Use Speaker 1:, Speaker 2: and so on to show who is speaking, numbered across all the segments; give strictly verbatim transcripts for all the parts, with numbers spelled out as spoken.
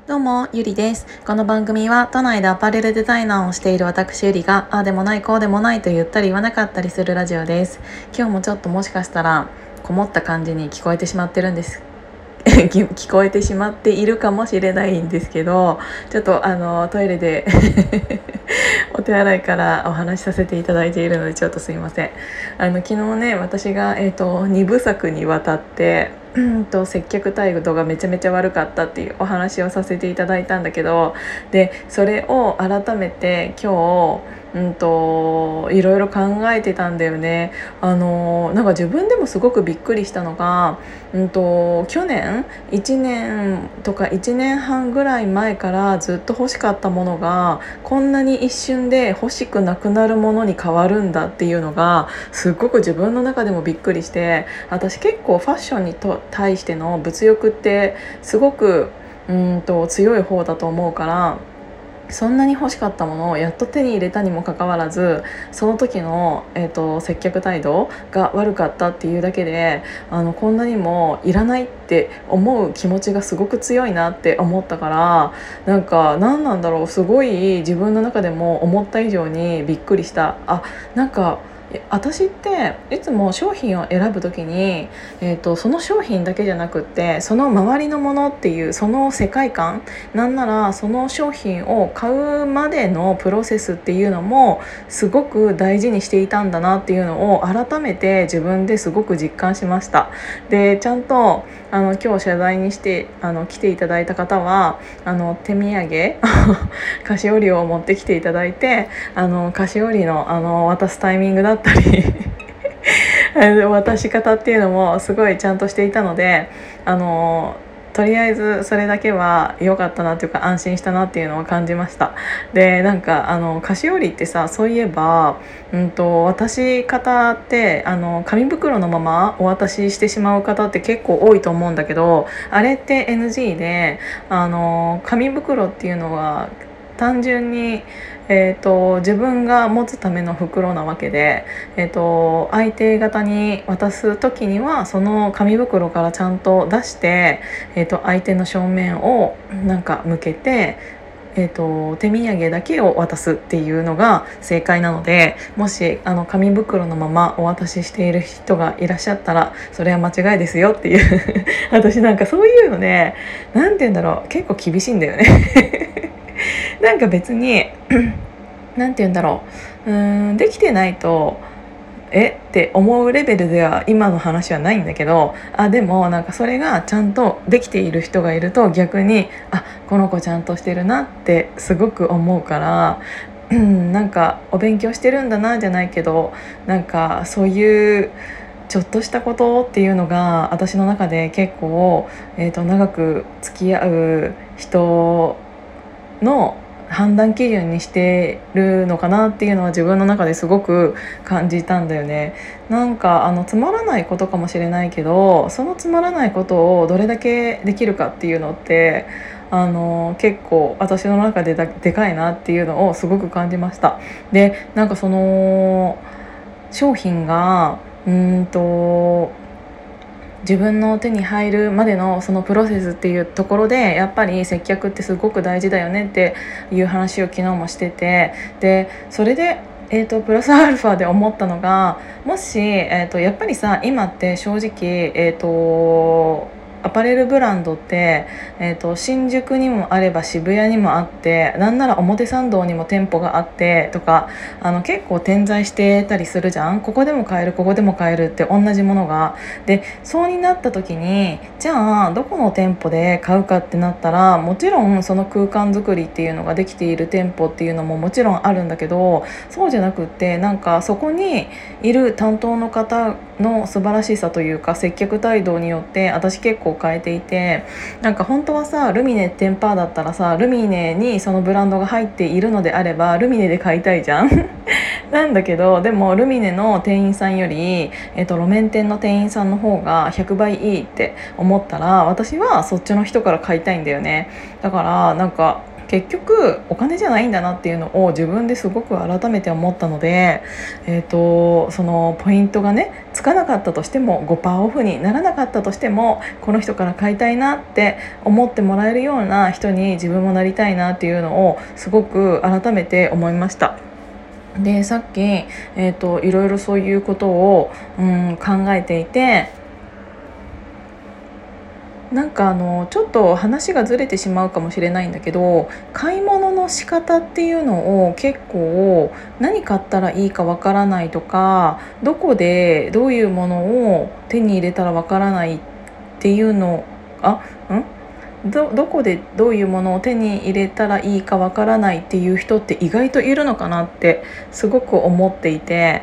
Speaker 1: どうも、ゆりです。この番組は都内でアパレルデザイナーをしている私ゆりが、ああでもないこうでもないと言ったり言わなかったりするラジオです。今日もちょっともしかしたらこもった感じに聞こえてしまってるんです聞こえてしまっているかもしれないんですけど、ちょっとあのトイレでお手洗いからお話しさせていただいているのでちょっとすいません。あの昨日ね、私が、えーと、にぶさくにわたってうんと接客態度がめちゃめちゃ悪かったっていうお話をさせていただいたんだけど、でそれを改めて今日うんといろいろ考えてたんだよね。あのなんか自分でもすごくびっくりしたのが、うんと去年いちねんとかいちねんはんぐらい前からずっと欲しかったものがこんなに一瞬で欲しくなくなるものに変わるんだっていうのがすっごく自分の中でもびっくりして、私結構ファッションにと対しての物欲ってすごくうんと強い方だと思うから、そんなに欲しかったものをやっと手に入れたにもかかわらず、その時の、えーと、接客態度が悪かったっていうだけで、あのこんなにもいらないって思う気持ちがすごく強いなって思ったから、なんか何なんだろう、すごい自分の中でも思った以上にびっくりした。あ、なんか私っていつも商品を選ぶときに、えーと、その商品だけじゃなくってその周りのものっていうその世界観、なんならその商品を買うまでのプロセスっていうのもすごく大事にしていたんだなっていうのを改めて自分ですごく実感しました。でちゃんとあの今日謝罪にしてあの来ていただいた方はあの手土産菓子折りを持ってきていただいて、あの菓子折りのあの渡すタイミングだったり渡し方っていうのもすごいちゃんとしていたので、あのとりあえずそれだけは良かったなっていうか安心したなっていうのを感じました。でなんかあの菓子折りってさ、そういえば、うんと渡し方ってあの紙袋のままお渡ししてしまう方って結構多いと思うんだけど、あれって エヌジー で、あの紙袋っていうのは単純に、えーと、自分が持つための袋なわけで、えーと、相手方に渡す時にはその紙袋からちゃんと出して、えーと、相手の正面をなんか向けて、えーと、手土産だけを渡すっていうのが正解なので、もしあの紙袋のままお渡ししている人がいらっしゃったらそれは間違いですよっていう私なんかそういうのね、なんて言うんだろう、結構厳しいんだよねなんか別になんて言うんだろう、うーんできてないとえって思うレベルでは今の話はないんだけど、あでもなんかそれがちゃんとできている人がいると逆にあこの子ちゃんとしてるなってすごく思うから、うん、なんかお勉強してるんだなじゃないけど、なんかそういうちょっとしたことっていうのが私の中で結構、えーと、長く付き合う人の判断基準にしてるのかなっていうのは自分の中ですごく感じたんだよね。なんかあのつまらないことかもしれないけど、そのつまらないことをどれだけできるかっていうのってあの結構私の中でだでかいなっていうのをすごく感じました。でなんかその商品がうーんと自分の手に入るまでのそのプロセスっていうところでやっぱり接客ってすごく大事だよねっていう話を昨日もしてて、でそれでえーと、プラスアルファで思ったのが、もし、えーと、やっぱりさ今って正直、えーとアパレルブランドって、えーと、新宿にもあれば渋谷にもあって、なんなら表参道にも店舗があってとか、あの結構点在してたりするじゃん。ここでも買えるここでも買えるって同じものが。でそうになった時にじゃあどこの店舗で買うかってなったら、もちろんその空間作りっていうのができている店舗っていうのももちろんあるんだけど、そうじゃなくって、なんかそこにいる担当の方の素晴らしさというか接客態度によって私結構変えていて、なんか本当はさルミネテンパーだったらさ、ルミネにそのブランドが入っているのであればルミネで買いたいじゃんなんだけど、でもルミネの店員さんより、えっと、路面店の店員さんの方がひゃくばいいいって思ったら私はそっちの人から買いたいんだよね。だからなんか結局お金じゃないんだなっていうのを自分ですごく改めて思ったので、えーと、そのポイントがねつかなかったとしても ごパーセント オフにならなかったとしても、この人から買いたいなって思ってもらえるような人に自分もなりたいなっていうのをすごく改めて思いました。でさっき、えーと、いろいろそういうことを、うん、考えていて、なんかあのちょっと話がずれてしまうかもしれないんだけど、買い物の仕方っていうのを結構何買ったらいいかわからないとか、どこでどういうものを手に入れたらわからないっていうのあんどどこでどういうものを手に入れたらいいかわからないっていう人って意外といるのかなってすごく思っていて、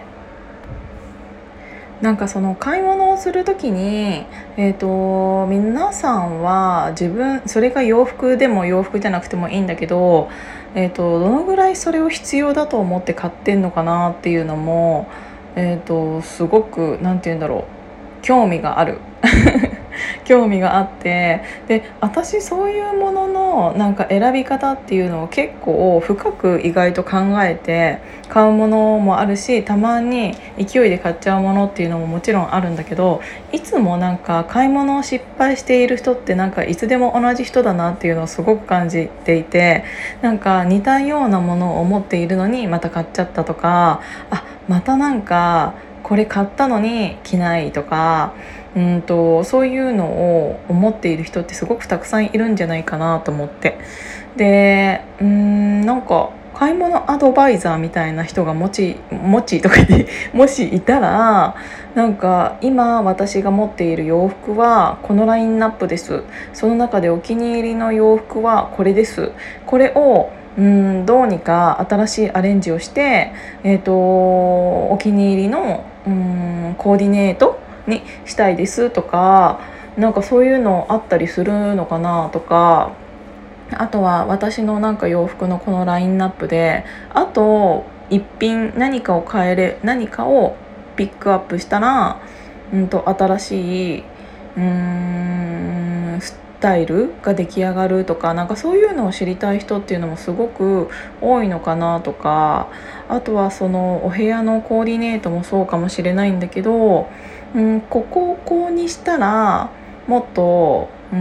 Speaker 1: なんかその買い物をするときに、えーと、皆さんは自分それが洋服でも洋服じゃなくてもいいんだけど、えーと、どのぐらいそれを必要だと思って買ってんのかなっていうのも、えーと、すごくなんて言うんだろう、興味がある興味があって、で私そういうもののなんか選び方っていうのを結構深く意外と考えて買うものもあるし、たまに勢いで買っちゃうものっていうのももちろんあるんだけど、いつもなんか買い物を失敗している人ってなんかいつでも同じ人だなっていうのをすごく感じていて、なんか似たようなものを持っているのにまた買っちゃったとか、あまたなんかこれ買ったのに着ないとか、うんとそういうのを思っている人ってすごくたくさんいるんじゃないかなと思って、でうーんなんか買い物アドバイザーみたいな人がもちもちとかでもしいたら、なんか今私が持っている洋服はこのラインナップです、その中でお気に入りの洋服はこれです、これをうんどうにか新しいアレンジをして、えーとお気に入りのうんコーディネートにしたいですとか、なんかそういうのあったりするのかなとか、あとは私のなんか洋服のこのラインナップであと一品何かを変えれ何かをピックアップしたら、うんと新しいうーんスタイルが出来上がるとか、なんかそういうのを知りたい人っていうのもすごく多いのかなとか、あとはそのお部屋のコーディネートもそうかもしれないんだけど、うん、ここをこうにしたらもっと、うん、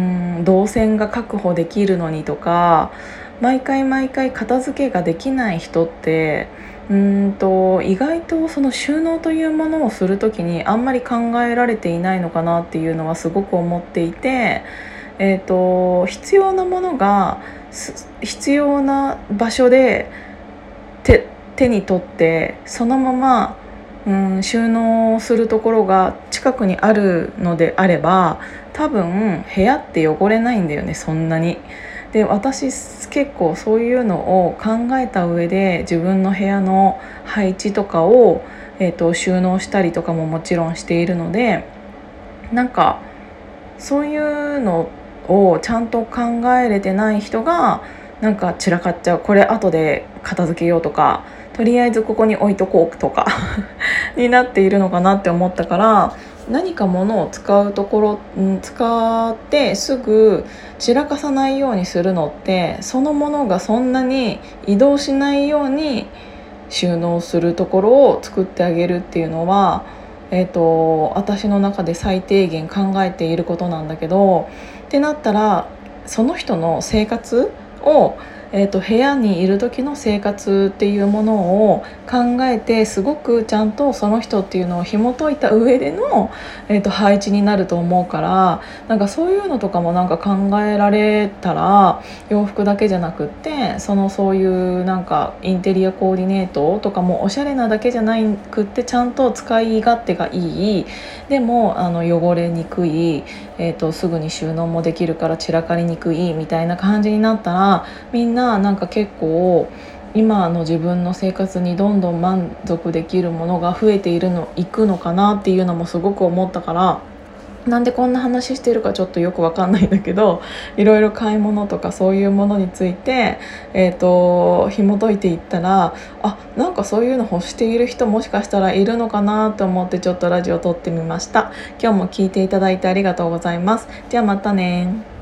Speaker 1: 動線が確保できるのにとか、毎回毎回片付けができない人ってうんと意外とその収納というものをするときにあんまり考えられていないのかなっていうのはすごく思っていて、えーと、必要なものが必要な場所で手、手に取ってそのままうん、収納するところが近くにあるのであれば多分部屋って汚れないんだよね、そんなに。で私結構そういうのを考えた上で自分の部屋の配置とかを、えーと、収納したりとかももちろんしているので、なんかそういうのをちゃんと考えれてない人がなんか散らかっちゃう、これ後で片付けようとかとりあえずここに置いとこうとかになっているのかなって思ったから、何か物を使うところ、うん、使ってすぐ散らかさないようにするのって、そのものがそんなに移動しないように収納するところを作ってあげるっていうのは、えーと、私の中で最低限考えていることなんだけど、ってなったらその人の生活をえーと、部屋にいる時の生活っていうものを考えてすごくちゃんとその人っていうのを紐解いた上での、えーと、配置になると思うから、なんかそういうのとかもなんか考えられたら洋服だけじゃなくってそのそういうなんかインテリアコーディネートとかもおしゃれなだけじゃなくってちゃんと使い勝手がいい、でもあの汚れにくい、えーと、すぐに収納もできるから散らかりにくいみたいな感じになったら、みんななんか結構今の自分の生活にどんどん満足できるものが増えているのいくのかなっていうのもすごく思ったから、なんでこんな話してるかちょっとよくわかんないんだけど、いろいろ買い物とかそういうものについて、えーと、紐解いていったら、あ、なんかそういうの欲している人もしかしたらいるのかなと思ってちょっとラジオ撮ってみました。今日も聞いていただいてありがとうございます。じゃあまたね。